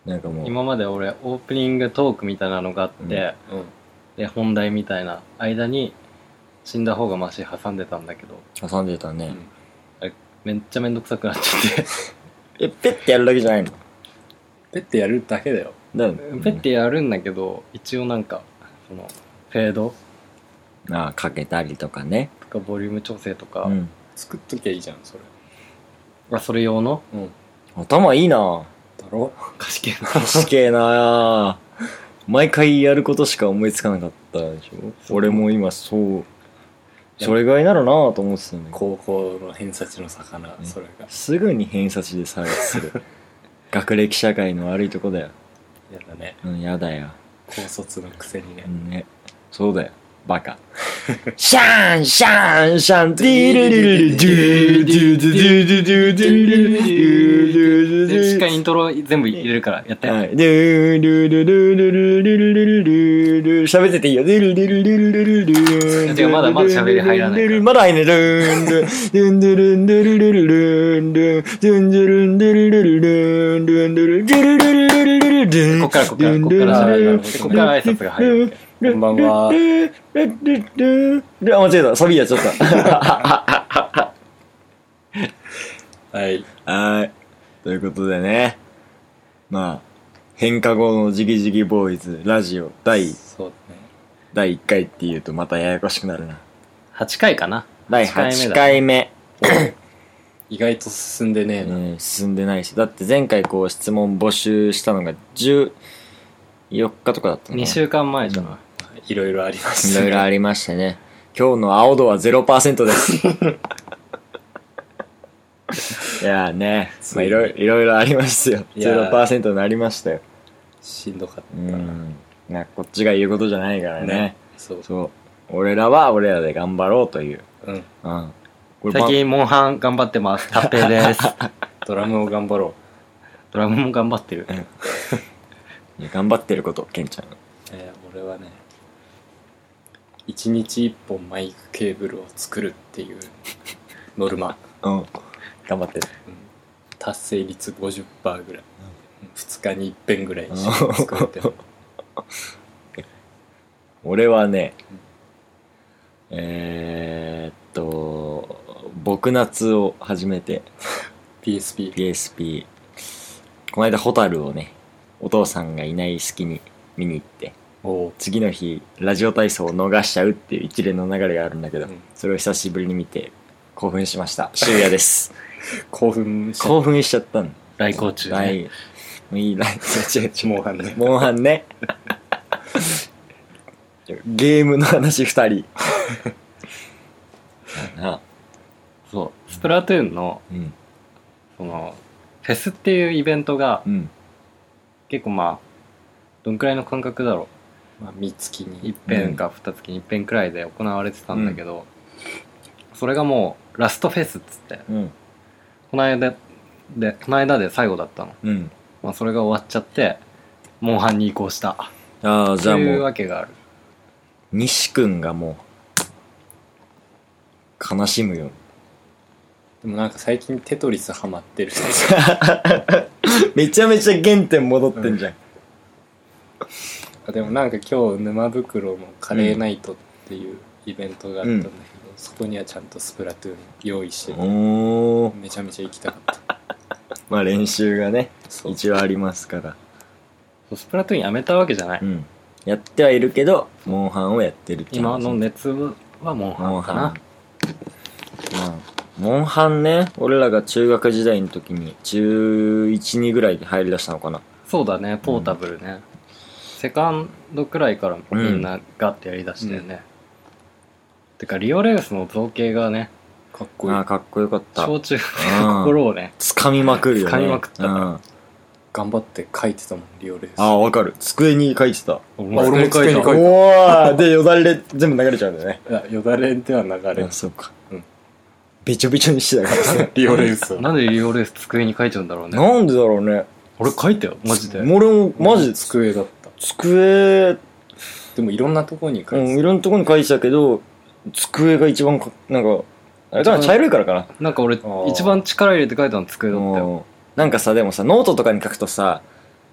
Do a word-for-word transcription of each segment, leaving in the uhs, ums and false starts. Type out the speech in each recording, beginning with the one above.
なんかもう今まで俺オープニングトークみたいなのがあって、 うんうんで本題みたいな間に死んだ方がマシ挟んでたんだけど、 挟んでたね、 うんあれめっちゃめんどくさくなっちゃってえペッてやるだけじゃないの？ ペッてやるだけだよ。 だよペッてやるんだけど、一応なんかそのフェードああかけたりとかね。 とかボリューム調整とか、 うん作っときゃいいじゃんそれ。 あそれ用のうん頭いいな。 だろ。 貸し券すげえな。毎回やることしか思いつかなかったでしょ。俺も今そうそれぐらいならなと思ってたんだけど、 高校の偏差値の魚、 ねそれがすぐに偏差値で差別する学歴社会の悪いとこだよ。 やだね。 うんやだよ、 高卒のくせにねう。んね、そうだよバカシャンシャンシャンディルルルルドゥドゥドゥドゥドゥドゥドゥルルルルでしっかりイントロ全部入れるからやって、 はい、ドゥルルルルルルルルルルル喋ってていいよ。ドゥルルルルルルルル違うまだまだ喋り入らないからまだ入んね。ドゥンドゥンドゥルンドゥルルルルンドゥンドゥンドゥルンドゥルルルルンドゥンドゥルルルルルルルルルンこっからこっからこっから喋るこっから挨拶が入るわけ。 こんばんは。 あ、間違えた。サビやっちゃった。 はい。 はい。ということでね。まあ、変化後のジギジギボーイズラジオ第、 そうだね。 だいいっかいって言うとまたややこしくなるな。 はちかいかな。 だいはちだかいめ。 意外と進んでねえな。 ね進んでないし。だって前回こう質問募集したのがじゅうよっかとかだったのかな。 にしゅうかんまえじゃない、 いろいろありまいすろいろありましてね。今日の青度は ゼロパーセント です。いやーね、まあいろいろいろいろありますよ。 いやーゼロパーセント になりましたよ。 しんどかっうたな。 ん。なこっちが言うことじゃないからね。 ねそう。 そう。俺らは俺らで頑張ろうという。 うん。 うん。これ最近モンハン頑張ってます。タッペイです。 ドラムを頑張ろドラムも頑張ってる。 いや頑張ってること、ケンちゃん。 う。えー、俺はね、一日一本マイクケーブルを作るっていうノルマ。 うん。頑張ってる。 達成率 ごじゅっパーセント ぐらい。ふつかに一遍ぐらい一緒に作ってる。 俺はね、えー、っと、僕夏を始めて、 ピーエスピー。 ピーエスピー。この間ホタルをね、お父さんがいない隙に見に行って、 おう。 次の日、ラジオ体操を逃しちゃうっていう一連の流れがあるんだけど、 うんそれを久しぶりに見て、興奮しました。終也です。 興奮しちゃっ興奮しちゃったの。 来校中はね。 い。いいライブ、違う違う。 モンハンねモンハンね。ゲームの話二人。なあ。 そう。スプラトゥーンの、 うん。 その、フェスっていうイベントがうん。 結構まあ、どんくらいの間隔だろまあ、三月う。 に。 一遍か二月に一遍くらいで行われてたんだけど、それがもうラストフェスっつって、 うん。 この間で、この間で最後だったの。 うん。 まあそれが終わっちゃって、モンハンに移行した。 ああ、じゃあというもう、 わけがある。 西くんがもう、悲しむよ。 でもなんか最近テトリスハマってる。 めちゃめちゃ原点戻ってんじゃん。 でもなんか今日沼袋のカレーナイトっていうイベントがあったんだけど、そこにはちゃんとスプラトゥーン用意してて、 おー。 めちゃめちゃ行きたかった。 まあ練習がね、 そう一応ありますから。 そうスプラトゥーンやめたわけじゃない。 うん。やってはいるけど、モンハンをやってるっていう今話の熱はモンハモンハン。 ンかな。 まあ、モンハンね、俺らが中学時代の時に、中いち、にぐらいで入り出したのかな。 そうだね、ポータブルね。セカンドくらいからみんなガッてやりだしたよね。てか、リオレウスの造形がね、 かっこいいああ、。かっこよかった。 小中うん心をね、 掴みまくるよね。 掴みまくったからうん。 頑張って書いてたもん、リオレース。 ああ、わかる。机に書いてた。 俺俺も机に書いたおーで、よだれで全部流れちゃうんだよね。 いや、よだれでは流れあ、そうか。 うんべちょべちょにしてたからね。 リオレースを。 なんでリオレウス机に書いちゃうんだろうね。 なんでだろうね。 俺書いたよ、マジで。 俺も、マジで、 机だった。 机、 でもいろんなとこに書うん、 いていろんなとこに書いてたけど、机が一番か、なんか、あれかな、茶色いからかな。 なんか俺ー一番力入れて書いたの机だったよ。 うんなんかさ、でもさ、ノートとかに書くとさ、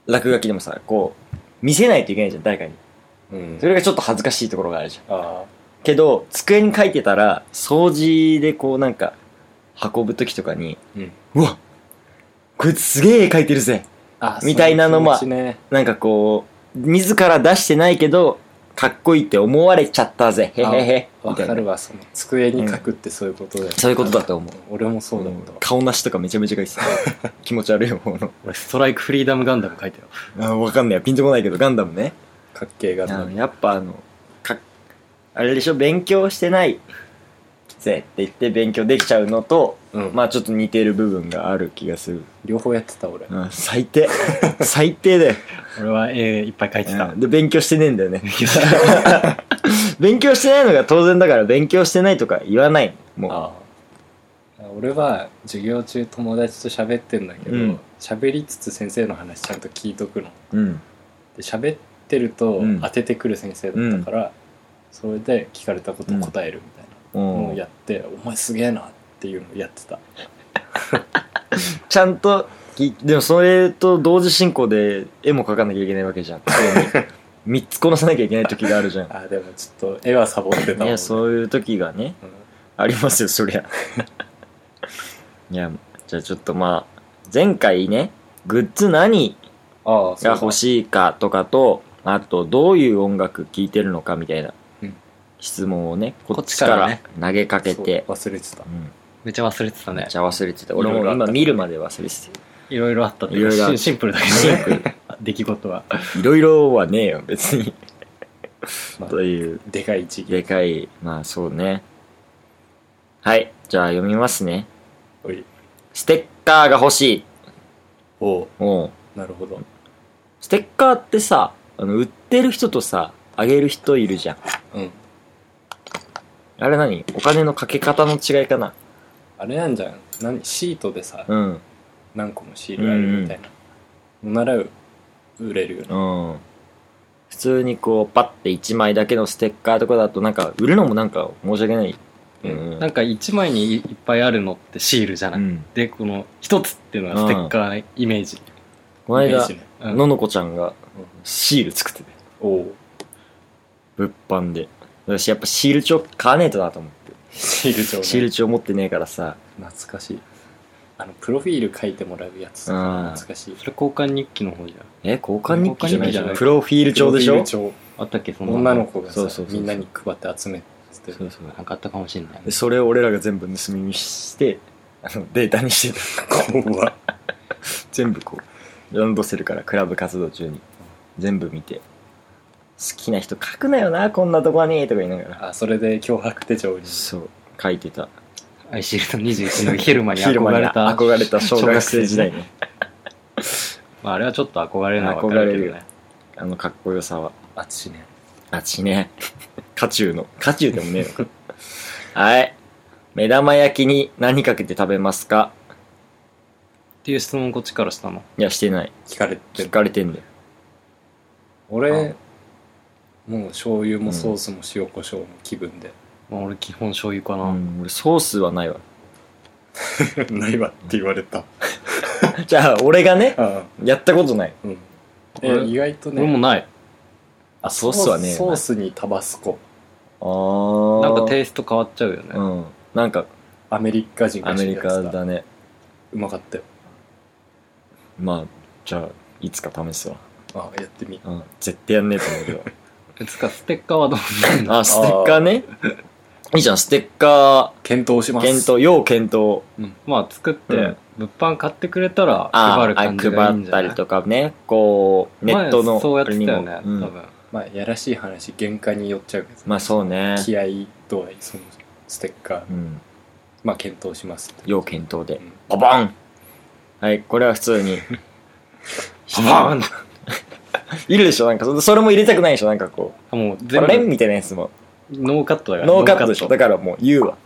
落書きでもさ、こう見せないといけないじゃん、誰かに。 うんそれがちょっと恥ずかしいところがあるじゃん。 あけど机に書いてたら掃除でこうなんか運ぶ時とかに、 ーうんうわこいつすげえ絵描いてるぜあみたいなのもそういう気持ちねなんかこう自ら出してないけどかっこいいって思われちゃったぜへへへわみたいな。 かるわ、その机に書くってそういうことだよ、 そういうことだと思う。 俺もそうだっうんたわ、 顔なしとかめちゃめちゃ描いてた気持ち悪い方の俺ストライクフリーダムガンダム書いてよ。 あわかんないピンとこないけどガンダムね。 かっけえがなあのやっぱあのかあれでしょ、勉強してないぜって言って勉強できちゃうのと、 うんまあちょっと似てる部分がある気がする。 両方やってた俺うん、最低最低だよ。 俺は絵いっぱい書いてた。 うんで勉強してねえんだよね勉強してないのが当然だから勉強してないとか言わないもう。 ああ俺は授業中友達と喋ってんだけどうん喋、りつつ先生の話ちゃんと聞いとくのうんで喋ってるとうん当ててくる先生だったから、それで聞かれたことを答えるみたいなのをやって、お前すげえなっていうのをやってたちゃんときでもそれと同時進行で絵も描かなきゃいけないわけじゃんみっつこなさなきゃいけない時があるじゃん。 あでもちょっと絵はサボってたもんいやそういう時がねうんありますよそりゃいやじゃあちょっとまあ前回ねグッズ何ああが欲しいかとかとあとどういう音楽聴いてるのかみたいなうん質問をねこっちこっちかかららね投げかけて、 そう忘れてたうんめっちゃ忘れてたねめっち。ゃ忘れてた。俺もいろいろあった今見るまで忘れていろいろあったっていうかいろいろあったシンシンプルだけどシンプル出来事は。 た。いろいろはねえよ別にまあというでかい一撃でかいまあそうね。はいじゃあ読みますね。 おいステッカーが欲しい。 おうおうなるほどステッカーってさあの売ってる人とさあげる人いるじゃん。 うんあれ何お金のかけ方の違いかな。 あれなんじゃん何シートでさ、 うん何個もシールあるみたいなのなら売れるよねうん普通にこうパッていちまいだけのステッカーとかだとなんか売るのもなんか申し訳ない。うんなんか一枚にいっぱいあるのってシールじゃない。 うんで、この一つっていうのがステッカーイメージ。 この間イメージねうんののこちゃんがシール作ってておう物販で私やっぱシール帳買わねえとなと思ってシール帳ねシール帳持ってねえからさ懐かしいあのプロフィール書いてもらうやつとうんか懐かしいそれ交換日記の方じゃん。 え交換日記じゃないじゃん交換日記じゃないプロフィール帳でしょ。 プロフィールあったっけそんな帳女の子がさそうそうそうそうみんなに配って集めてそうそうなんかあったかもしれないでそれを俺らが全部盗み見してあのデータにしてた怖っ全部こうランドセルからクラブ活動中に全部見て好きな人書くなよなこんなとこにとか言いながらあそれで脅迫手帳にそう書いてた。 アイシールドにじゅういちのヘルマに昼間に憧れた。 憧れた小学生時代ねまあ、あれはちょっと憧れるのは分かるけどね。 あのかっこよさはあっちねあっちね渦中の渦中でもねえのかはい目玉焼きに何かけて食べますか。 っていう質問こっちからしたの。 いやしてない聞かれて聞かれてんだよ。 俺もう醤油もソースも塩コショウも気分でまあ、俺基本醤油かな。 うん俺ソースはないわないわって言われたじゃあ俺がねあやったことない。 うんえ俺意外とね俺もない。 あソースはねソースにタバスコあーなんかテイスト変わっちゃうよね。 うんなんかアメリカ人がアメリカやってただね。 うまかったよまあじゃあいつか試すわ。 あやってみうん絶対やんねえと思うけどつかステッカーはどうなんだ。 あステッカーねいいじゃんステッカ検討しますー検討要検討。 まあ作って、 うん物販買ってくれたらあ配る感じがいいんじゃない。 配ったりとかねこうネットの前そうやってたよあね、 れにもうん多分。 まあやらしい話原価によっちゃうけどまあそうね気合度合いそのステッカーうんまあ検討します要検討でうんポポンはいこれは普通にパパンいるでしょなんかそそれも入れたくないでしょなんかこうもうこ全部れみたいなやつもノーカットだから。 ノーカットでしょだかからもう言うわ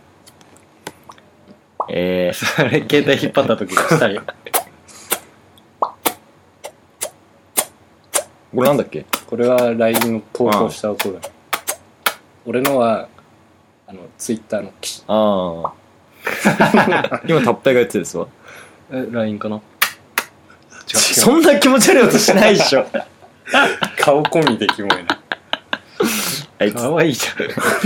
えー、 ら。あれ、携帯引っ張った時にしたり。 これなんだっけこれは ライン の投稿した音だ俺のはあのツイッターのキああ今タッパイがやってるですわえ、ライン かなそんな気持ち悪い音しないでしょ顔込みでキモいな。 はい、 かわいいじゃん。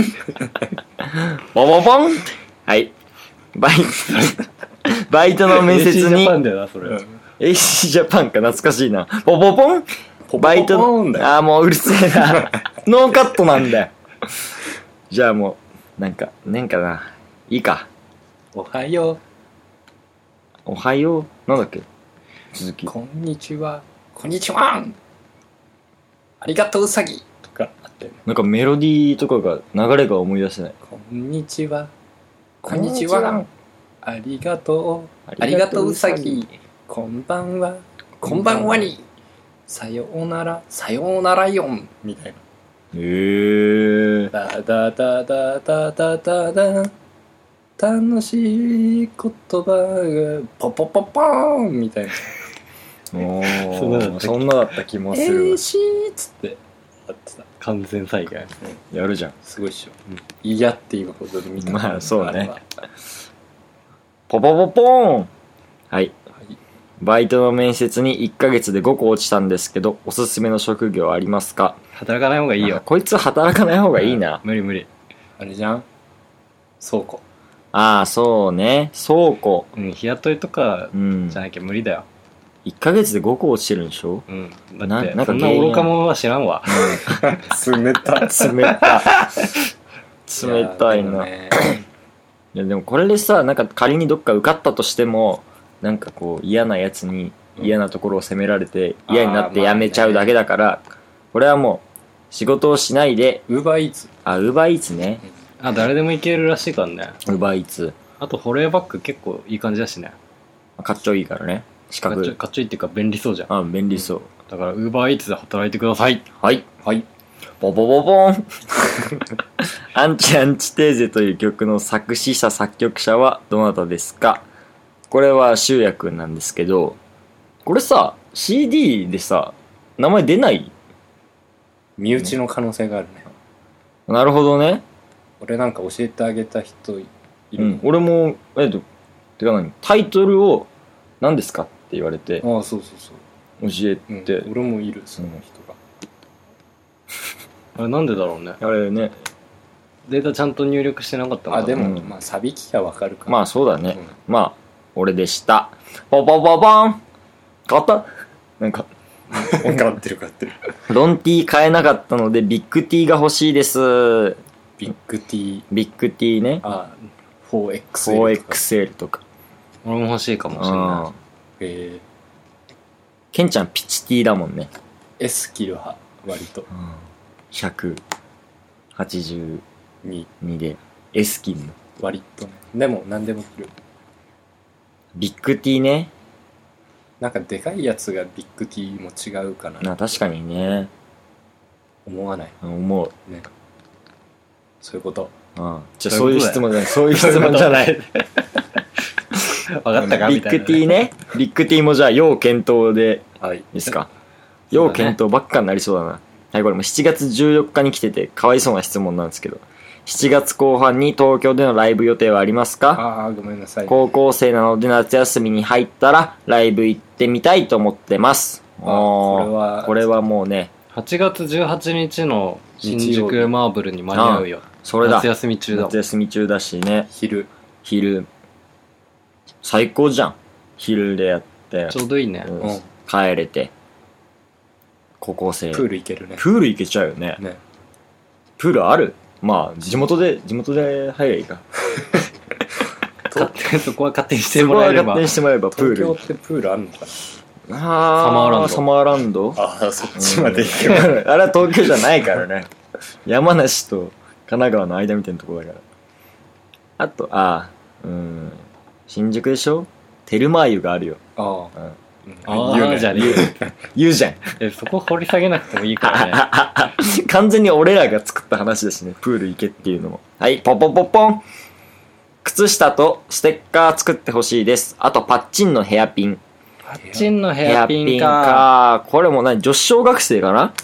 ボボボン。はい、バイバイトの面接エーシー ジにャパンだよなそれ、 うん、 エーシー ジャパンか、懐かしいな。ボボボンバイトポポポーンだよ。 あーもううるせえなノーカットなんだよ。じゃあもうなんかねんかないいか。 おはよおはようなんだっけ続き。 う、こんにちは、こんにちは、ありがとううさぎとかあってね。 なんかメロディーとかが流れが思い出せない。 こんにちは、ここんにちは、ありがとう、ありがとううさぎ、こんばんは、こんばんはに、さようなら、さようならよんみたいな。 へえ。 ダダダダダダダダ、楽しい言葉がポポポポーンみたいな。 おそんなだったっけーそんなだった気もすえるわー。しーっつってやってた。 完全再現。 やるじゃん。 すごいっしょ。嫌っていうほどで見た。 まあそうねあれは。 ポポポポーン。はい。 はい。 バイトの面接にいっかげつでごこ落ちたんですけど、おすすめの職業ありますか？ 働かない方がいいあよ。 こいつ働かない方がいいな。 無理無理。 あれじゃん、倉庫。 ああ、そうね。倉庫。 うん、日雇いとかうんじゃ。なきゃ無理だよ。 いっかげつでごこ落ちてるんでしょ？ うん。 なだって、 なんかそんな愚か者は知らんわ。 冷た。 冷たい。冷たいな。いね、 やでもこれでさ、なんか仮にどっか受かったとしても、なんかこう嫌なやつに嫌なところを責められて嫌になって辞めちゃうだけだから、これはもう仕事をしないで、 ウーバーイーツ。 あ、ウーバーイーツね。 あ、誰でもいけるらしいからね。 ウーバーイーツ。 あと、保冷バッグ結構いい感じだしね。 かっちょいいからね。資かっちょ格。 かっちょいいっていうか便利そうじゃん。 あ、便利そう。 だから、ウーバーイーツで働いてください。 はい。 はい。 ボボボボンアンチアンチテーゼという曲の作詞者作曲者はどなたですか？これは修也くんなんですけど、これさ シーディー でさ名前出ない？ 身内の可能性があるね。 なるほどね。 俺なんか教えてあげた人いるの、 うん、俺もえっとてか何タイトルを何ですかって言われてああ、そうそうそう。 教えうん、 て、 俺もいる、その人が。 あれなんでだろうね。 あれね、 データちゃんと入力してなかったのかあ、 な。 でも、 うんまあ、サビ聞きゃわかるから。 まあそうだね、 うんまあ俺でした。ポポポポン買ったなんか分かってる分かってる。 ロンティー買えなかったのでビッグティーが欲しいです。 ビッグ T、 ビッグティーね。 あ、フォーエックスフォーエックスエル とか。 俺も欲しいかもしれうんなえケンちゃんピチティーだもんね。 ー、S 切る派、割と。 ひゃくはちじゅに、 うにで S 切んの。 割とね。でも、何でも切る。 ビッグティーね。 なんか、でかいやつがビッグ T も違うかな。 な確かにね。 思わない。 思う。 ね。そういうこと。 うん。じゃあそそうういうういことだよ質問じゃない。そういう質問じゃない。 分かったかみたいな。 ビッグティーね。ビッグティーもじゃあ要検討ではい。 いいですか？ そうだね要検討ばっかになりそうだな。はい、これもしちがつじゅうよっかに来ててかわいそうな質問なんですけど、しちがつこう半に東京でのライブ予定はありますか？ ああ、ごめんなさい。 高校生なので夏休みに入ったらライブ行ってみたいと思ってます。 あこれはこれはもうね、 はちがつじゅうはちにちの新宿日曜日マーブルに間に合うよ。 それだ。 夏休み中だもん夏。休み中だしね。 昼。 昼。最高じゃん。昼でやってち、ょうどいいね。 うんうん。 帰れて。高校生。 プール行けるね。 プール行けちゃうよね。 ね。 プールある？まあ、地元で、地元で入ればいいか。 勝手にそこは勝手にしてそこはもらえれば勝手。にしてもらえばプール東京。ってプールあるのかな。 あサマーランドサマーランドああ、そっちまうんで行けば。 あれは東京じゃないからね。山梨と神奈川の間みたいなところだから。あと、ああ、うん。新宿でしょ？テルマー湯があるよ。 ああ。 うんうんあ言うねあ、じゃね言う言うじゃん。 え、そこ掘り下げなくてもいいからね。 完全に俺らが作った話だしね。プール行けっていうのも。はい、ポポポポン。靴下とステッカー作ってほしいです。あと、パッチンのヘアピン。 パッチンのヘアピンか。 か。これも何？女子小学生かな？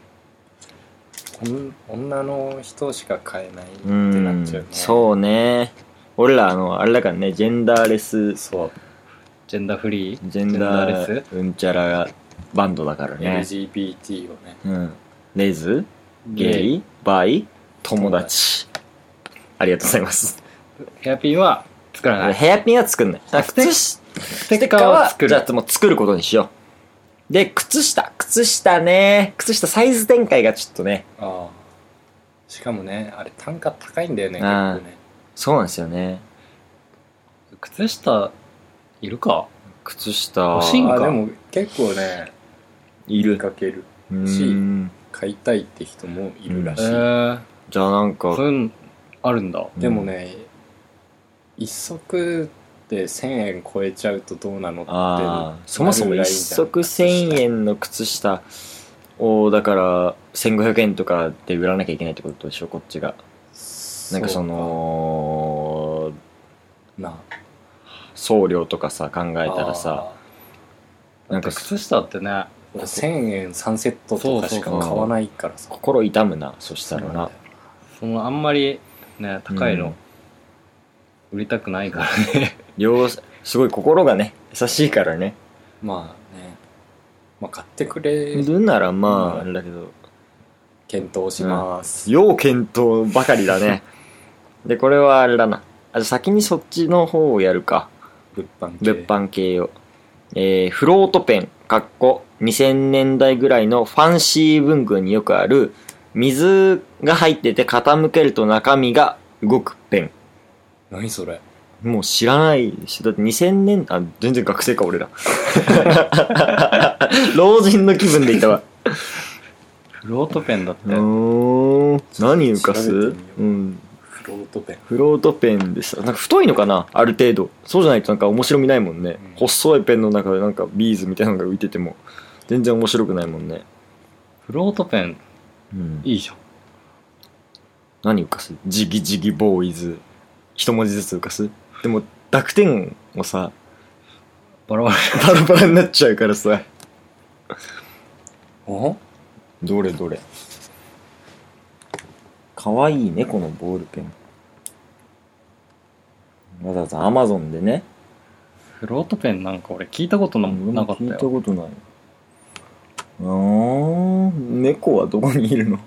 女の人しか買えないってうなっちゃうね。 ん。そうね。俺ら、あの、あれだからね、ジェンダーレスそう。 ジェンダーフリージェンダレースうんちゃらバンドだからね。 エルジービーティー をねうん、レズゲイバイ友達。ありがとうございます。 ヘアピンは作らない。 ヘアピンは作んない。あ靴下ステッカーは作る。 じゃあもう作ることにしよう。で、靴下。靴下ね。靴下サイズ展開がちょっとね。 ああしかもねあれ単価高いんだよね結あー構ねそうなんですよね。 靴下いるか。 靴下。 欲しいんかあでも結構ねいる見。かけるうーん。 買いたいって人もいるらえしい、 ー、 じゃあなんか、 そういうのあるんだ。 でもね一足でせんえん超えちゃうとどうなのってああ、そもそも一足せんえんんの靴下を、だから、せんごひゃくえんとかで売らなきゃいけないってことでしょ、こっちが。なんかその、 な送料とかさ、考えたらさ、なんか靴下ってね、 俺せんえんさんセットとかしか買わないからさ心痛むな、そしたらな。 そのあんまりね高いの、 うん売りたくないからね。 両すごい心がね、優しいからね。 まあねまあ買ってくれ売るならまあ、 うんあれだけど、 検討します、 要検討ばかりだね。で、これはあれだな。あ、じゃあ先にそっちの方をやるか。 物販系物販系を。えー、フロートペン、かっこにせんねんだいぐらいのファンシー文具によくある、水が入ってて傾けると中身が動くペン。 何それもう知らないし、だってにせんねん、あ、全然学生か俺ら。老人の気分でいたわ。 フロートペンだってうーん、何浮かす？ 調べてみよううん。 フロートペンフロートペンでさ、なんか太いのかなある程度。そうじゃないとなんか面白みないもんね。 うん細いペンの中でなんかビーズみたいなのが浮いてても、全然面白くないもんね。 フロートペンうん。 いいじゃん。 何浮かす？ジギジギボーイズ。一文字ずつ浮かす？でも濁点をさ、 バラバラ。 バラバラになっちゃうからさ。 おどれどれ。かわいいね、このボールペン。わざわざアマゾンでね。 フロートペンなんか俺聞いたことななかった聞いたよ。 ことない。あー、猫はどこにいるの？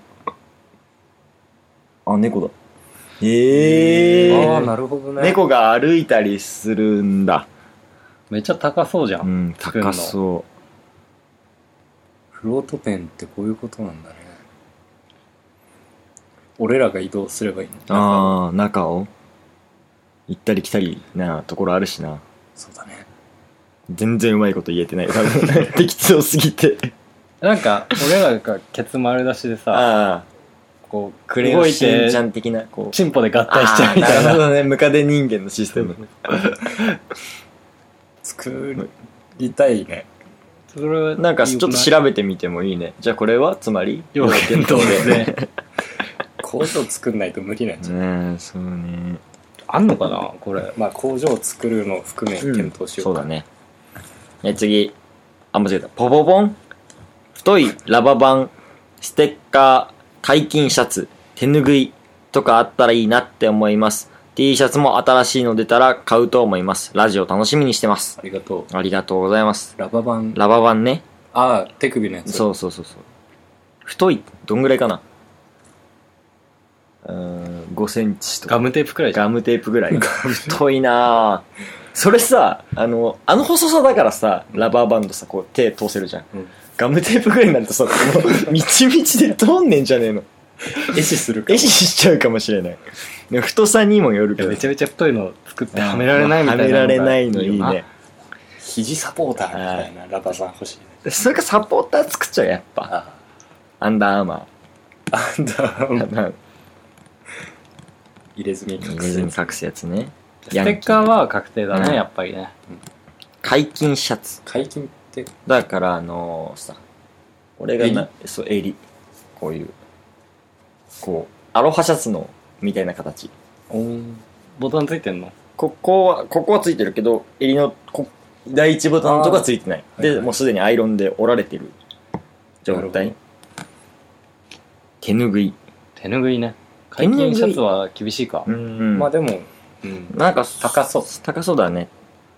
あ、猫だ。えー。 ああなるほどね猫が歩いたりするんだ。 めっちゃ高そうじゃ。 うんん、 作るの高そフロートペンってこういうことなんだね俺らが移動すればいいのう。ああ、中を行ったり来たりなところあるしな。 そうだね全然うまいこと言えてない。多分適当すぎて。 なんか俺らがケツ丸出しでさ、 ああ、 こうクレヨン動いてしんちゃん的な、こう。 チンポで合体しちゃうみたいな。 あーるほどね、ムカデ人間のシステム。 作りたいねそれはなんかちょっと調べてみてもいいね。じゃあこれはつまり要検討ですね。 工場作んないと無理なんじゃん、 ねえ、そうね。 あんのかなこれ。 まあ工場を作るのを含め検討しようか、 そうだね。え、次。あ、間違えた。ポポポン。太いラバ版、ステッカー、解禁シャツ、手ぬぐいとかあったらいいなって思います。T シャツも新しいの出たら買うと思います。ラジオ楽しみにしてます。 ありがとうありがとうございます。 ラバ版ラバ版ね。 ああ手首のやつそうそうそうそう。太い、どんぐらいかな？うーん、ごセンチとか。 ガムテープくらいじゃん。 ガムテープぐらい。太いなぁ。それさ、あの、あの細さだからさ、ラバーバンドさ、こう手通せるじゃん。 うんガムテープぐらいになるとさ、もう、みちみちで通んねんじゃねえの。 壊死するか壊死しちゃうかもしれない。でも太さにもよるけど。 めちゃめちゃ太いの作ってはめられないみたいなはめられないのいいよなね。 肘サポーターみたいなラバ版欲しいねそれかサポーター作っちゃう、やっぱ。 あアンダーアーマああんだー。 入れ墨隠入れずに隠すやつね。 ステッカーは確定だね、 うんやっぱりね。 解禁シャツ。 解禁ってだからあのさ、俺がな、そう、襟。こういう、こう、アロハシャツの、みたいな形。 ボタンついてんの？ ここは、ここはついてるけど、襟のこ第一ボタンのとこはついてない。で、 はいはいもうすでにアイロンで折られてる状なる態ほ。 手ぬぐい。 手ぬぐいね。 手ぬぐい解禁シャツは厳しいか。 うんまあでも、うん、 なんか、 高そう高そうだね。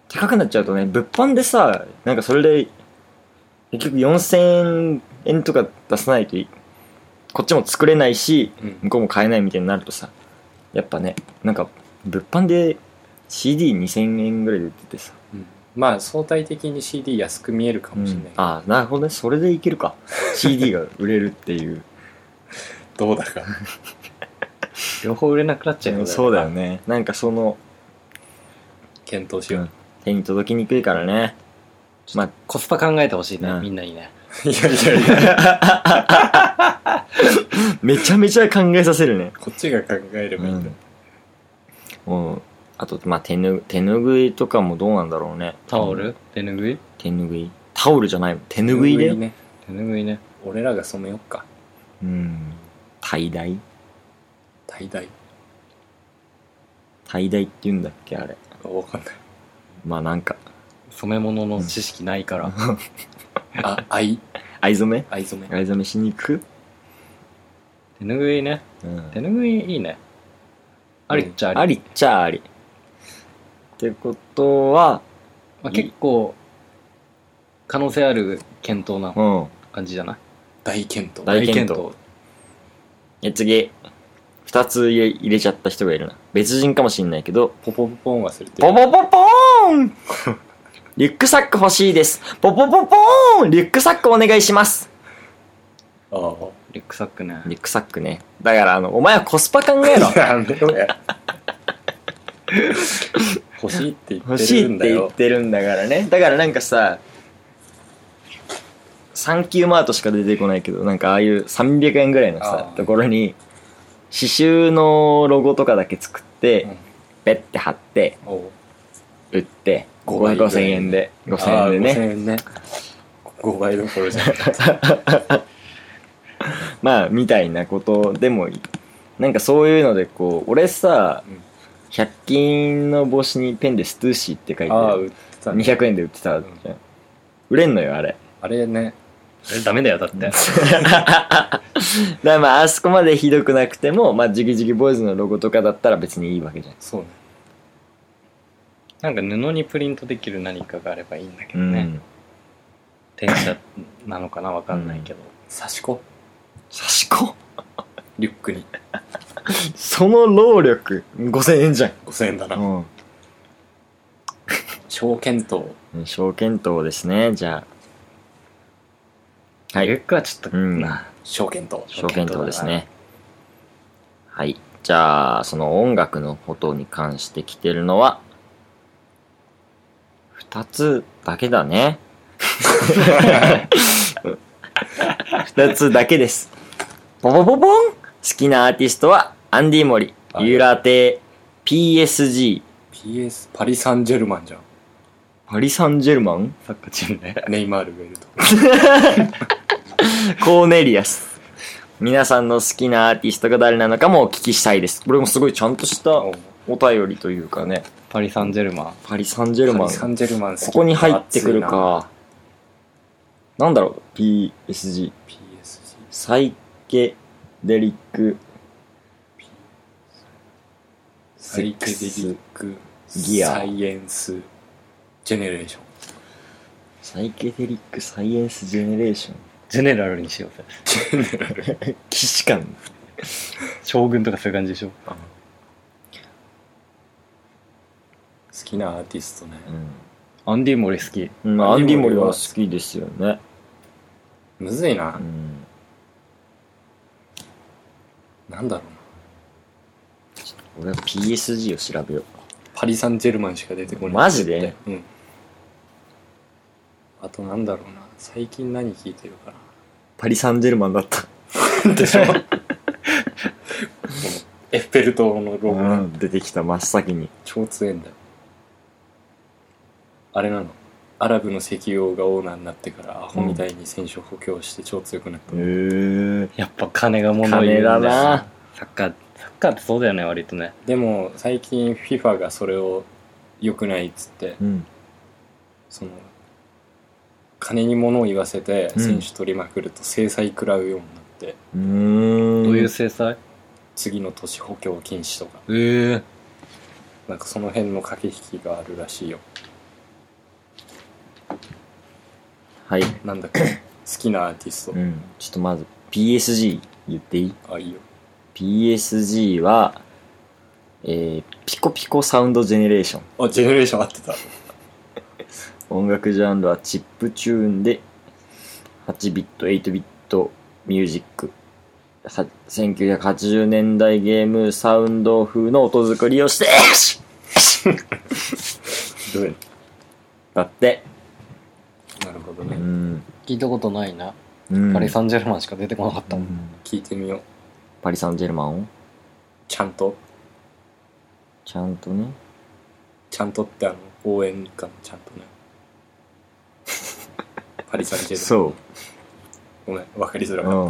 高くなっちゃうとね、物販でさ、なんかそれで結局よんせんえんとか出さないといこっちも作れないし、 うん、 向こうも買えないみたいになるとさ、やっぱね、なんか物販で シーディーにせんえんぐらいで売っててさ、 うん、まあ相対的に シーディー 安く見えるかもしれない、 うん、ああなるほどね、それでいけるかシーディー が売れるっていうどうだか両方売れなくなっちゃうよね。 そうだよね、なんかその、 検討しよう、 うん、手に届きにくいからね、まあコスパ考えてほしいね、 うんみんなにね。 いやいやいやめちゃめちゃ考えさせるね。 こっちが考えればいいんだ、 うん、もうあと、まあ、手ぬ手ぬぐいとかもどうなんだろうね。 タオル手ぬぐい手ぬぐいタオルじゃない手ぬぐいで、 ね、 手ぬぐいね。 俺らが染めよっか。 うんタイダイタイダイタイダイって言うんだっけあれ。 わかんない。 まあなんか染め物の知識ないから。 あ、藍藍染め藍染め藍染めしに行く、 手ぬぐいね。 うん、 手ぬぐいいいね。ありっちゃあり。 ありっちゃありってことは、 まあ、結構可能性ある検討なうん感じじゃない？ 大検討。 大検討。え次二つ入れ入れちゃった人がいるな。別人かもしんないけど、 ポポポポン忘れてポポポポーンリュックサック欲しいです。ポポポポーンリュックサックお願いします。 ああ。 リュックサックね。 リュックサックね。だからあの、お前はコスパ考えろ。 なんでよや。欲しいって言って欲しいるんだよって言っ。てるんだからね。だからなんかさ、サンキューマートしか出てこないけど、なんかああいうさんびゃくえんぐらいのさあ、ーところに、刺繍のロゴとかだけ作って、 うんペッて貼って、 おう売って、 ごばいぐらいごせんえんで、ごせんえんであーごせんね。 えんね。ごばいどころじゃない。 まあ、みたいなことでもいい。なんかそういうのでこう、俺さ、 うんひゃく均の帽子にペンでストゥーシーって書いてああ、売ってたね。 にひゃくえんで売ってたじゃん。売れんのよ、あれ。 あれね。 えダメだよ、だって。 だからまあ、あそこまでひどくなくても、まあ、ジギジギボーイズのロゴとかだったら別にいいわけじゃん。 そうね。 なんか布にプリントできる何かがあればいいんだけうどね。 ん。 転写なのかなわかんないけど。 刺し子刺し子リュックにその労力、ごせんえんじゃん。 ごせんえんだな。 うん。 小検討。 小検討ですね、じゃあ。はい。 リュックはちょっと、 うんな小検討。 小検討ですね。はい。じゃあ、その音楽のことに関して来てるのは、二つだけだね。二つだけです。ポポポポン好きなアーティストは、アンディ・モリ、 はいユーラテ、ピーエスジー、 ピーエス パリ・サンジェルマンじゃん。 パリ・サンジェルマン、 サッカーチームね。 ネイマールがいると。 コーネリアス。皆さんの好きなアーティストが誰なのかもお聞きしたいです。これもすごいちゃんとしたおお便りというかね。 パリ・サンジェルマン。 パリ・サンジェルマン。 パリ・サンジェルマン好き。 ここに入ってくる熱いな。 か。なんだろう ?ピーエスジー。 ピーエスジー。 サイケデリック。 サイケデリックギアサイエンスジェネレーション。 サイケデリックサイエンスジェネレーション。 ジェネラルにしようぜ。 ジェネラル。 騎士官。 将軍とかそういう感じでしょ。 好きなアーティストね。 うん。 アンディ・モリ好き。 うん、アンディモリは好きですよね。 むずいなう。ん。 なんだろうな。 俺は ピーエスジー を調べよう。 パリ・サンジェルマンしか出てこない。 マジで？ うん。あとなんだろうな。最近何聞いてるかな。 パリ・サンジェルマンだった。 でしょこのエッフェル塔のロゴがうん、出てきた真っ先に。 超強いんだよ。あれなの。アラブの石油王がオーナーになってからアホみたいに選手補強して超強くなったへの、 ー。 やっぱ金が物を言うん金だだよな。 サッカー、サッカーってそうだよね、割とね。 でも最近 フィファ がそれを良くないっつってうん。 その金に物を言わせてうん選手取りまくると制裁食らうようになって、 うーん。 どういう制裁？ 次の年補強禁止とかええ。 なんかその辺の駆け引きがあるらしいよ。 はい。 なんだっけ好きなアーティスト、 うん。ちょっとまず ピーエスジー 言っていい？ あいいよ。 ピーエスジー は、えー、ピコピコサウンドジェネレーション。 あジェネレーション合ってた。 音楽ジャンルはチップチューンではちビット、はちビットミュージック。はせんきゅうひゃくはちじゅうねんだいゲームサウンド風の音作りをしてどうやだって。 なるほどね、 うん。 聞いたことないな、 うん、 パリ・サンジェルマンしか出てこなかったもん、 うん聞いてみよう。 パリ・サンジェルマンをちゃんとちゃんとね。 ちゃんとってあの応援歌のちゃんとねパリ・サンジェルマン。 そう。 ごめん分かりづらかった、 うん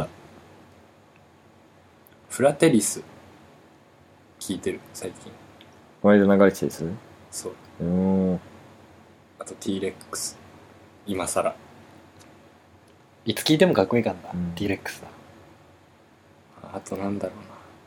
フラテリス聞いてる最近。 この間流れてたやつ？ そう。 うーん。 あと T レックス今さら。 いつ聞いてもかっこいいからな、 うん T レックスだ。 あとなんだろう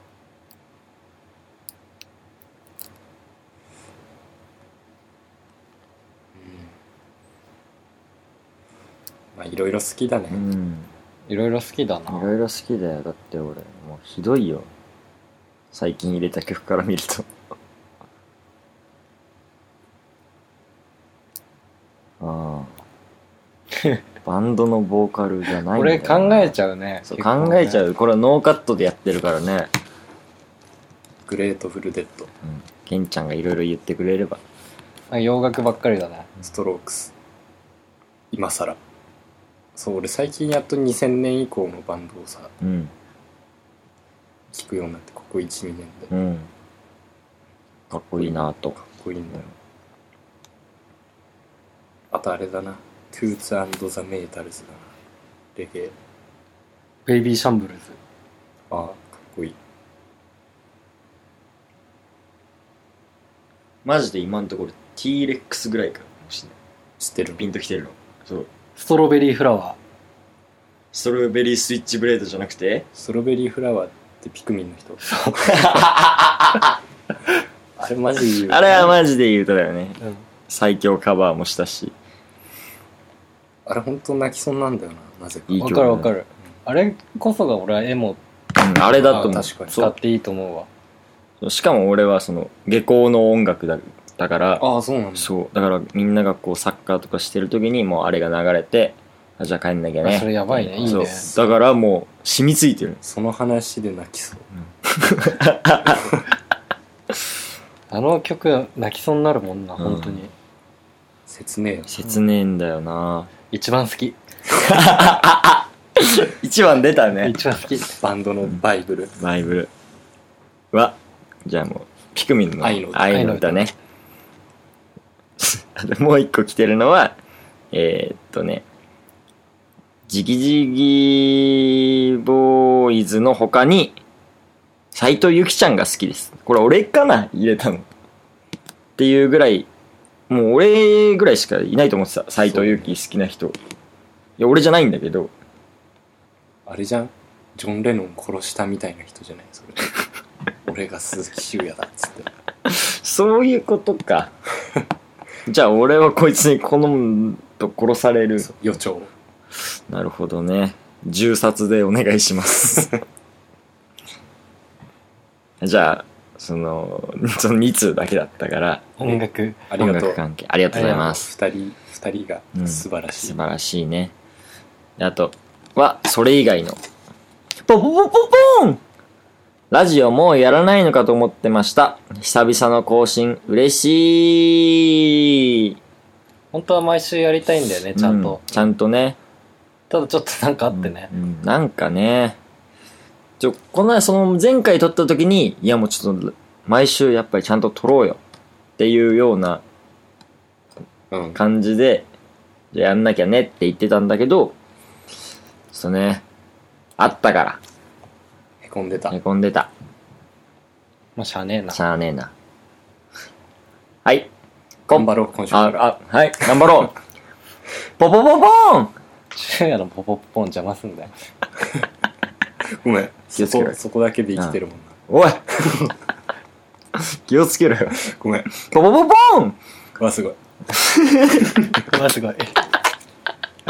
な。うんまあいろいろ好きだね、 うん。 いろいろ好きだな。 いろいろ好きだよ。だって俺、もうひどいよ。最近入れた曲から見ると。ああ。バンドのボーカルじゃないんだよ俺な。 考えちゃうね。 そう結構ね考えちゃう。これはノーカットでやってるからね。 グレートフルデッド、 うん。ケンちゃんがいろいろ言ってくれれば。 あ洋楽ばっかりだね。 ストロークス今さら。そう俺最近やっとにせんねん以降のバンドをさうん。 聴くようになって、ここいち、にねんでかっうん。かっこいいなと。 こいいんだよ。あとあれだな、トゥーツ&ザ・メータルズだな、レゲエ。 ベイビーシャンブルズ。 ああかっこいい。 マジで今のところ T レックスぐらいかもしれない。 知ってるピンときてるの。そう。 ストロベリーフラワストロベリースイッチブレードじゃなくてストロベリーフラワーってピクミンの人。あれマジで言う。 あれはマジで言うとだよね。 ー。うん。 最強カバーもしたし。 あれ本当泣きそうなんだよな、なぜか。 いいわかるわかる。あれこそが俺は絵もうん、あれだと思う。 あ確かにそう使っていいと思うわ。 しかも俺はその下校の音楽だだからああそうなんだ。 そうだからみんながこうサッカーとかしてる時にもうあれが流れて、あじゃあ帰んなきゃね。 あそれやばいね、いいね。 そうだからもう染みついてる。 その話で泣きそう。 あの曲泣きそうになるもんな、 うん本当に。 切ねえよ。 切ねえんだよな。 一番好き。 一番出たね。 一番好き。 バンドのバイブル。 バイブルはじゃあもうピクミンの愛の歌愛の歌ね。もう一個来てるのはえー、っとねジギジギボーイズの他に斉藤由貴ちゃんが好きです。これ俺かな入れたのっていうぐらい、もう俺ぐらいしかいないと思ってた。斉藤由貴好きな人。いや俺じゃないんだけど。 あれじゃん、ジョン・レノン殺したみたいな人じゃないそれ。俺が鈴木秀也だっつって。 そういうことか。じゃあ俺はこいつに好むと殺される。 予兆。 なるほどね。銃殺でお願いします。じゃあそのそのに通だけだったから音楽。 音ありがとう。 楽関係ありがとうございます。 二人二人がうん素晴らしい。 素晴らしいね。であとはそれ以外のポポポポポーンラジオもうやらないのかと思ってました。久々の更新嬉しい。 本当は毎週やりたいんだよね、ちゃんと。 うちゃんとね。 ただちょっとなんかあってね。 うんうんなんかねちょこの前その前回撮った時にいやもうちょっと毎週やっぱりちゃんと撮ろうよっていうようなうん。 感じでじゃあやんなきゃねって言ってたんだけどちょっとねあったからへこんでた。 へこんでた。 まあ、しゃあねえな。 しゃあねえな。はい頑張ろう、今週から。 ああはい頑張ろう。ポポポポーン昼夜のポポポポン邪魔すんだよ。 ごめん。そ気をつけろよこ、そこだけで生きてるもんな。 おい気をつけろよ。 ごめん。 ポポポポーンわ、すごい。 うわ、すごい。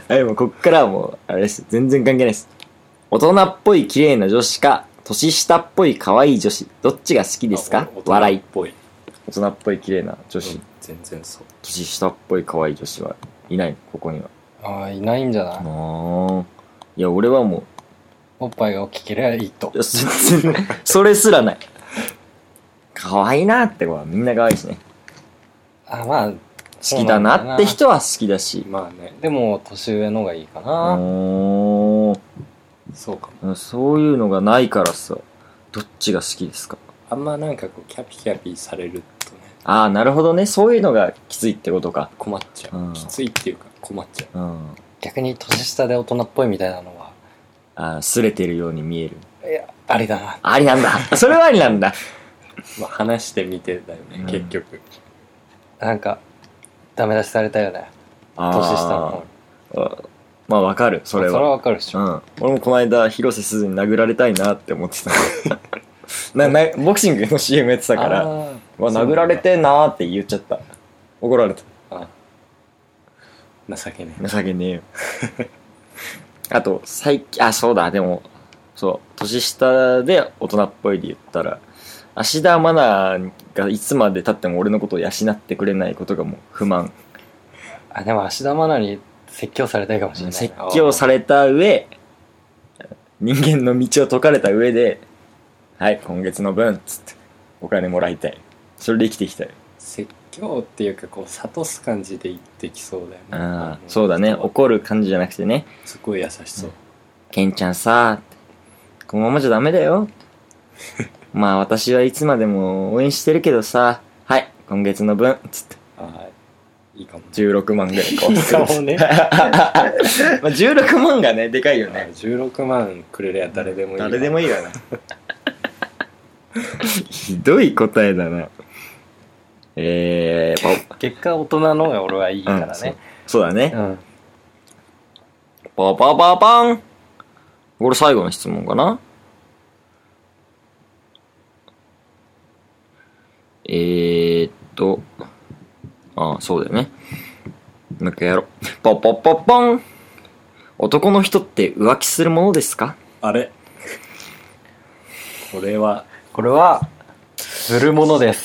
はい、もうこっからはもう、あれです。全然関係ないです。大人っぽい綺麗な女子か、年下っぽい可愛い女子、どっちが好きですか？笑い。 っぽい。 大人っぽい綺麗な女子、 うん、全然そう。 年下っぽい可愛い女子はいない、ここには。 ああ、いないんじゃない？ ああ。いや、俺はもう、 おっぱいが大きければいいと。 いや、全然、それすらない。可愛いなって子はみんな可愛いしね。 あ、まあ、 好きだなって人は好きだし。 まあね。 でも、年上のがいいかうな。 ーん。 そうかも。 そういうのがないからさ、どっちが好きですか？ あんまなんかこう、キャピキャピされるとね、 ああ、なるほどね。そういうのがきついってことか。 困っちゃう。 うんきついっていうか、困っちゃう。 うん。 逆に年下で大人っぽいみたいなのは、 ああ、擦れてるように見える。 いや、ありだな。 ありなんだ。それはありなんだ。 まあ話してみてだよね、 うん結局。 なんか、ダメ出しされたよね。 あー年下の方に。 あまあわかる、それは。 それはわかるっしょ。 うん。俺もこの間、広瀬すずに殴られたいなって思ってた。な、な、ボクシングの シーエム やってたから、 あわ、 ー殴られてんなーって言っちゃった。怒られた。 あ情けね情けねえよ。あと、最近、あ、そうだ、でも、そう、年下で大人っぽいで言ったら、芦田愛菜がいつまで経っても俺のことを養ってくれないことがもう不満。 あ、でも、芦田愛菜に説教されたいかもしれない。 説教された上、人間の道を解かれた上で、はい、今月の分、つって、お金もらいたい。それで生きていきたい。 説教っていうかこう諭す感じで言ってきそうだよね。 ああ、そうだね。怒る感じじゃなくてね、 すごい優しそう。 ケンちゃんさ、このままじゃダメだよ。まあ私はいつまでも応援してるけどさ、はい、今月の分、つって、 ああ、いいかもね。 じゅうろくまんぐらいこう。 いいかもね。 まあじゅうろくまんがね、でかいよね。 じゅうろくまんくれりゃ誰でもいい。 誰でもいいわな。ひどい答えだな。えー、パ結果、大人の方が俺はいいからうんそうね。 そうだね。 うん。 パパパパン。これ最後の質問かな。えーっと、ああ、そうだよね。もう一回やろう。パパパパン。男の人って浮気するものですか？ あれこれは、 これは、するものです。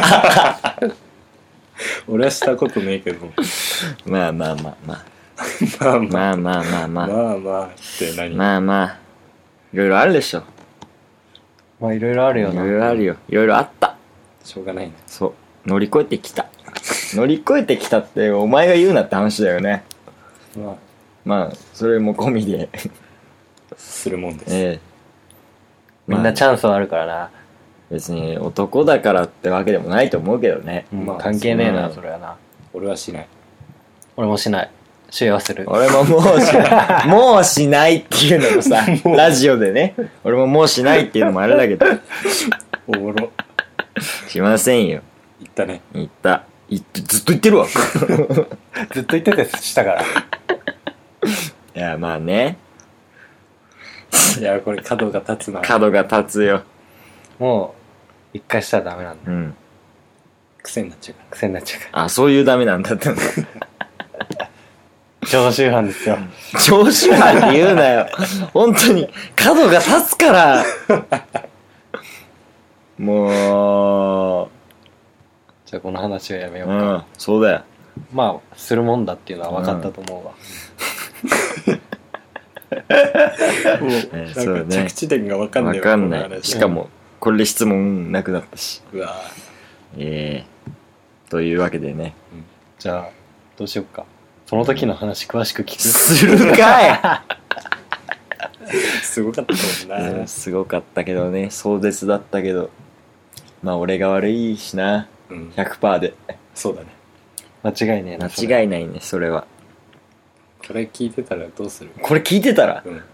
俺はしたことねえけど。 まあまあまあまあ。 まあまあ。 まあまあまあまあ。 まあまあって何、 まあまあ。いろいろあるでしょ。 まあ、いろいろあるよいな。 ろいろあるよ。いろいろあった。 しょうがないね。 そう。乗り越えてきた。乗り越えてきたってお前が言うなって話だよね。 まあ、 まあ、それも込みで。 するもんです。 ええみんなチャンスはあるからな。 別に男だからってわけでもないと思うけどね。 うんまあ関係ねえな、 うんそれはな。 俺はしない。 俺もしない。シェアする。 俺ももうしない。もうしないっていうのもさ、ラジオでね。俺ももうしないっていうのもあれだけど。 おもろ。 しませんよ。 言ったね。 言った。言ってずっと言ってるわ。いずっと言っててしたから。 や、まあね。 いや、これ角が立つな。 角が立つよ。 もう、一回したらダメなんだ。 うん。 癖になっちゃうか癖になっちゃうかあ、そういうダメなんだったんだ。 ら。常習犯ですよ。 常習犯って言うなよ。本当に、角が立つから。もう、 じゃあこの話はやめよううか。 ん、そうだよ。 まあ、するもんだっていうのは分かったと思うわ。 ら。もう、 えーなんか着地点がわかんないわかんない。 この話しかも、これで質問なくなったし。 うわええというわけでね。 じゃあ、どうしよっか。その時の話詳しく聞く。 するかすごかったもんい、うな。 んすごかったけどね。壮絶だったけど。まあ、俺が悪いしな。 うん。 ひゃくパーセントで。 そうだね。 間違いねえな。 間違いないね、それは。 これ聞いてたらどうする？ これ聞いてたらうん。 う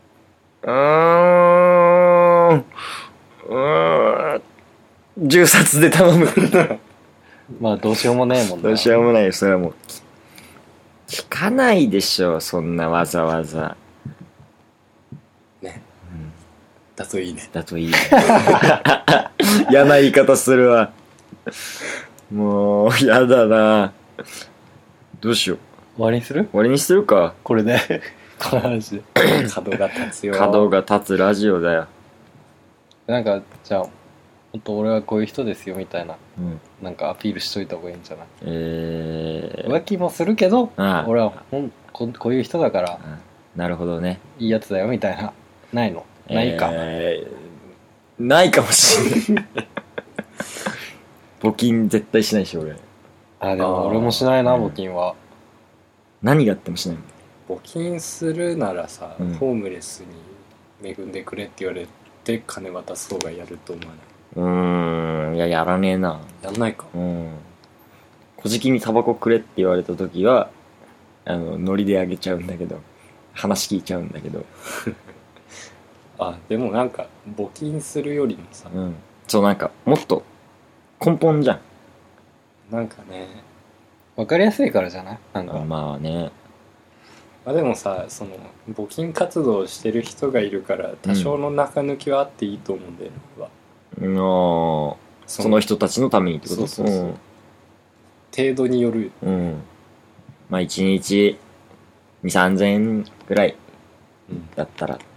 ーん。うーん。銃殺で頼む。 まあ、どうしようもねえもんな。 どうしようもないよ、それはもう。聞かないでしょ、そんなわざわざ。 ね。だといいね。 だといいね。嫌な言い方するわ。もう、やだな。どうしよう。 終わりにする？ 終わりにするか。 これでこの話で角が立つよ。 角が立つラジオだよ。 なんかじゃあ本当俺はこういう人ですよみたいなうん。 なんかアピールしといた方がいいんじゃない？ えー。 浮気もするけどああ俺はほん こ, こういう人だからあなるほどね。 いいやつだよみたいなないの？ないか、 えー、ないかもしれない募金絶対しないし俺。 あでも俺もしないなうん募金は。 何があってもしない。 募金するならさ、 うんホームレスに恵んでくれって言われて金渡す方がやると思わなうーんいややらねえな。 い？やんないか。 うん小じきにタバコくれって言われた時はあのノリであげちゃうんだけど話聞いちゃうんだけど。 あでもなんか募金するよりもさ、 うんそうなんかもっと根本じゃん。 なんかね、 わかりやすいからじゃない？なんか、 あまあね。 まあ、でもさその募金活動をしてる人がいるから多少の中抜きはあっていいと思うんだよね、俺はのその人たちのためにってこと？ そうそうそう程度による。 うん、うん、まあいちにちにさんぜんえんぐらいうんだったら。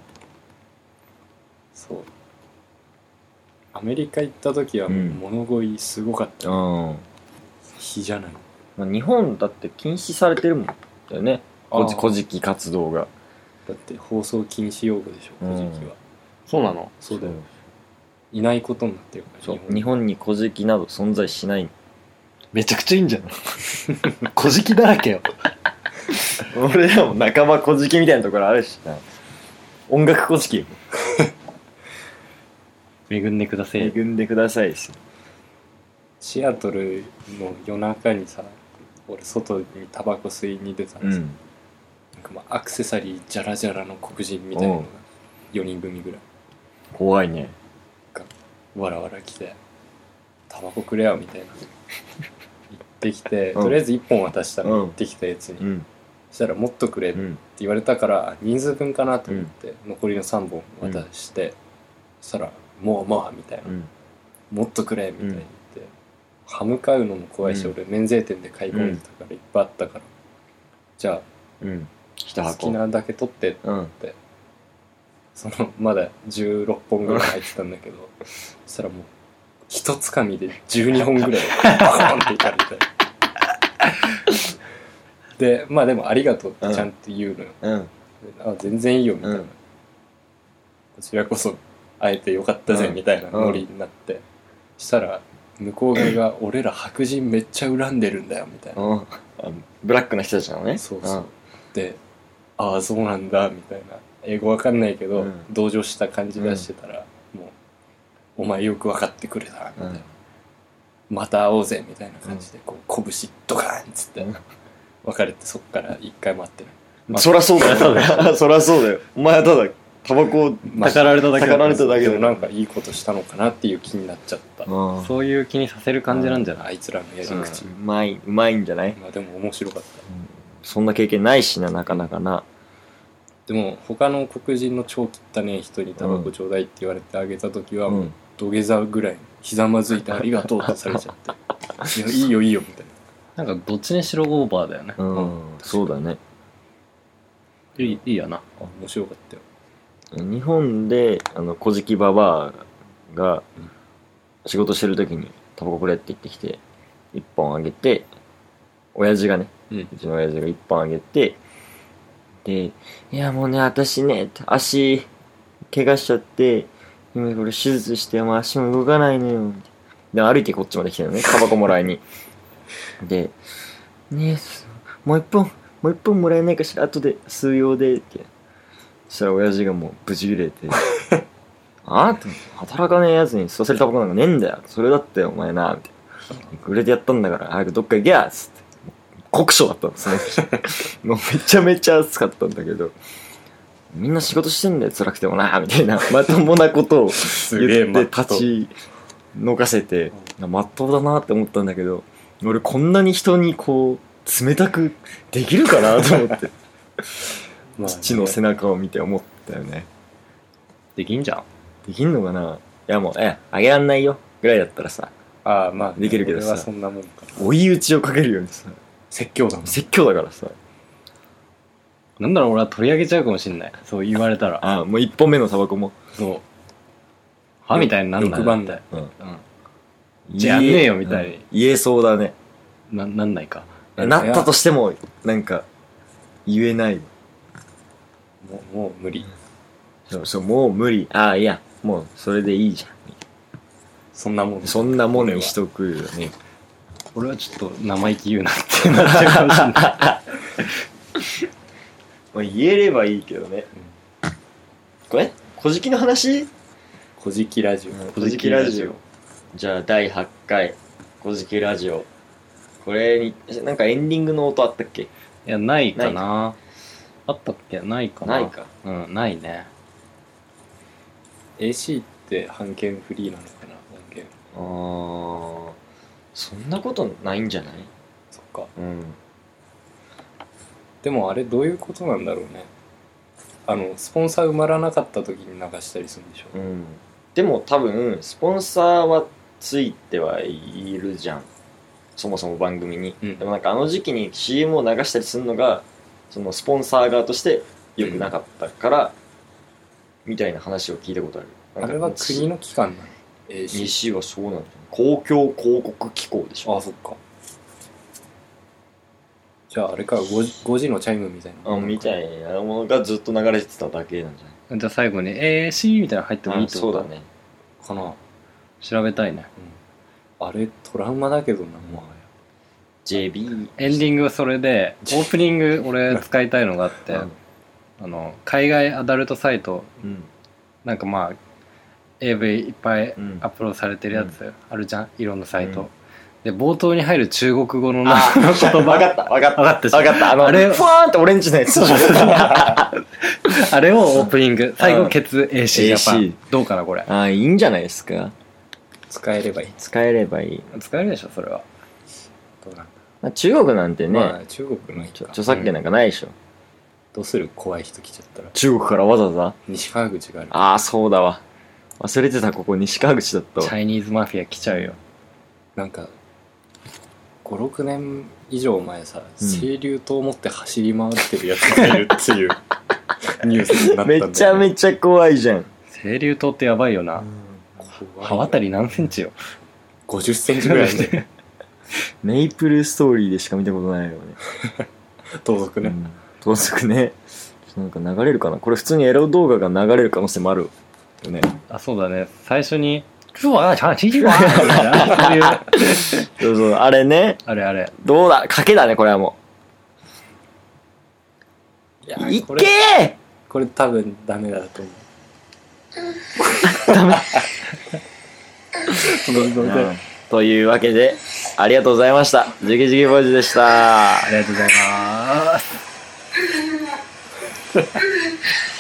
そうアメリカ行った時はもう物乞いすごかった、 うん日じゃない。 まあ、日本だって禁止されてるもんだよね。こじあーこじき活動が。 だって放送禁止用語でしょ、 うん古事記は。 そうなの？ そうだよ。いないことになってるから。 そう日本にこじきなど存在しない。 めちゃくちゃいいんじゃない？小じきだらけよ。 俺らも半ばこじきみたいなところあるしな。音楽こじき恵んでください。 恵んでくださいですよ。 シアトルの夜中にさ、俺外にタバコ吸いに出たらさ、 うんなんかまあアクセサリージャラジャラの黒人みたいなのがよにん組ぐらい怖いね。 がわらわら来てタバコくれよみたいな言ってきて、 うんとりあえずいっぽん渡したらうん言ってきたやつに、 うんそしたらもっとくれってうん言われたから人数分かなと思って残りのさんぼん渡して、そしたらもうまあみたいな、 うんもっとくれみたいに言って、歯向かうのも怖いし、 うん俺免税店で買い込んでたからいっぱいあったから、じゃあうん一好箱きなだけ取ってってうんってそのまだじゅうろっぽんぐらい入ってたんだけどそしたらもう一つかみでじゅうにほんぐらいバコンっていかれてでまあでもありがとうってちゃんと言うのよ、 うんあ全然いいよみたいな、 うんこちらこそ会えてよかったぜうんみたいなノリになって、したら向こう側が俺ら白人めっちゃ恨んでるんだよみたいな、 うんあブラックな人たちなのね。 そうそう、でああそうなんだみたいな英語わかんないけど、 うん同情した感じ出してたら、もうお前よく分かってくれたみたいな、 うんまた会おうぜみたいな感じでこう拳ドカーンっつってうん別れて、そっから一回待ってない。 うんそりゃそうだよ。そりゃそうだよ。お前はただタバコをまあたかられただけだたかられただけだでもなんかいいことしたのかなっていう気になっちゃった、 うんそういう気にさせる感じなんじゃない？ あいつらのやり口、 うまいうまいんじゃない？ まあでも面白かった。 そんな経験ないしな、なかなかな。 でも他の黒人の超汚ねえ人にタバコちょうだいって言われてあげた時はもう土下座ぐらいひざまずいてありがとうってされちゃっていやいいよいいよみたいな。 なんかどっちにしろオーバーだよね。 うん、そうだね。 いいいいやな。 あ面白かったよ。 日本であの小じババアが仕事してる時にタバコくれって言ってきていっぽんあげて、親父がね、 うんうちの親父がいっぽんあげて、で、いやもうね私ね足怪我しちゃって今これ手術してもう足も動かないのよみたいな。で歩いてこっちまで来てるのね、タバコもらいに。で、ねえもう一本もう一本もらえないかしら後で数用でってそしたら親父がもうブチ切れてあんた働かねえやつに吸わせるタバコなんかねえんだよそれだってお前なみたいなくれてやったんだから早くどっか行けやっつって酷暑だったんですねもうめちゃめちゃ暑かったんだけどみんな仕事してんだよ辛くてもなみたいなまともなことをすげえ言って立ち退かせてまっとうだなって思ったんだけど俺こんなに人にこう冷たくできるかなと思ってまあね父の背中を見て思ったよね。 できんじゃん。 できんのかな。いやもうえあげらんないよぐらいだったらさああまあ、 できるけどさ俺はそんなもんか。 追い打ちをかけるようにさ説教だもん。 説教だからさなんだろう、俺は取り上げちゃうかもしんない、そう言われたら。 あもう一本目のタバコも。 そうはみたいになんないろくばん台。 うん。 うんじゃあやんねえよみたいに、 うん言えそうだね。 ななんないか。 なったとしても、なんか、言えない。 もうもう無理。 そうそう、もう無理。ああ、いや、もうそれでいいじゃそんなもん。 ん。そんなもんにしとくよね。 俺はちょっと生意気言うなってなっちゃうかもしんないまあ言えればいいけどね。これ小じきの話古事記ラジオ。 小じきラジオ。じゃあだいはちかい、小じきラジオ。これに、なんかエンディングの音あったっけ？ いやないかな。あったっけ？ないかな。 ないか。 うんないね。 エーシー って半券フリーなのかな、半券。 あー、そんなことないんじゃない？ そっか。 うん。 でもあれどういうことなんだろうね。あのスポンサー埋まらなかった時に流したりするんでしょ。 うん。でも多分、スポンサーはついてはいるじゃん。そもそも番組に。 うんでもなんかあの時期に シーエム を流したりするのが、そのスポンサー側として良くなかったから、みたいな話を聞いたことある。 あれは国の機関なの？ エーシー。 西はそうなんだよ。公共広告機構でしょ。 ああ、そっか。じゃああれか、ごじ, ごじのチャイムみたいな。 あみたいなものがずっと流れてただけなんじゃない？ じゃあ最後に エーシー みたいなの入ってもいいあってことそうだね。 かな。 調べたいね。 あれトラウマだけどな、もはや。 ジェービーエンディングはそれでオープニング俺使いたいのがあって、 うんあの海外アダルトサイトうんなんかまあ エーブイ いっぱいうんアップロードされてるやつあるじゃん、いろんなサイト、 うんで冒頭に入る中国語のなあ言葉わかったわかったわかったわかったあのあれふわーんってオレンジのやつあれをオープニング最後ケツ エーシー ジャパエーシーンどうかなこれああいいんじゃないですか。 使えればいい。 使えればいい。 使えるでしょそれは。 どうなんだ。 まあ、中国なんてね、 まあ中国ないか。 ちょ著作権なんかないでしょ、 どうする、怖い人来ちゃったら。 中国からわざわざ。 西川口がある。 ああそうだわ、忘れてた、ここ西川口だったわ。 チャイニーズマフィア来ちゃうよ。 なんかごろくねん以上前さ、 うん清流と思って走り回ってるやつがいるっていうニュースになったんだよね。 めちゃめちゃ怖いじゃん。 清流島ってやばいよな。 怖い刃渡り何センチよ。 ごじゅっセンチぐらいでメイプルストーリーでしか見たことないよね。 盗賊ね、 うん盗賊ね。なんか流れるかな、これ普通にエロ動画が流れる可能性もあるよね。 あ、そうだね。最初に、うわ、ちゃん、ちんわみたいな。そういう、 そうそう、あれね。 あれあれ。 どうだ、賭けだね、これはもいやう。いっこれけこれ多分ダメだと思う。 ーダメ。 ごめんごめんうんというわけで、ありがとうございました。ジギジギボーイズでした。 ありがとうございます。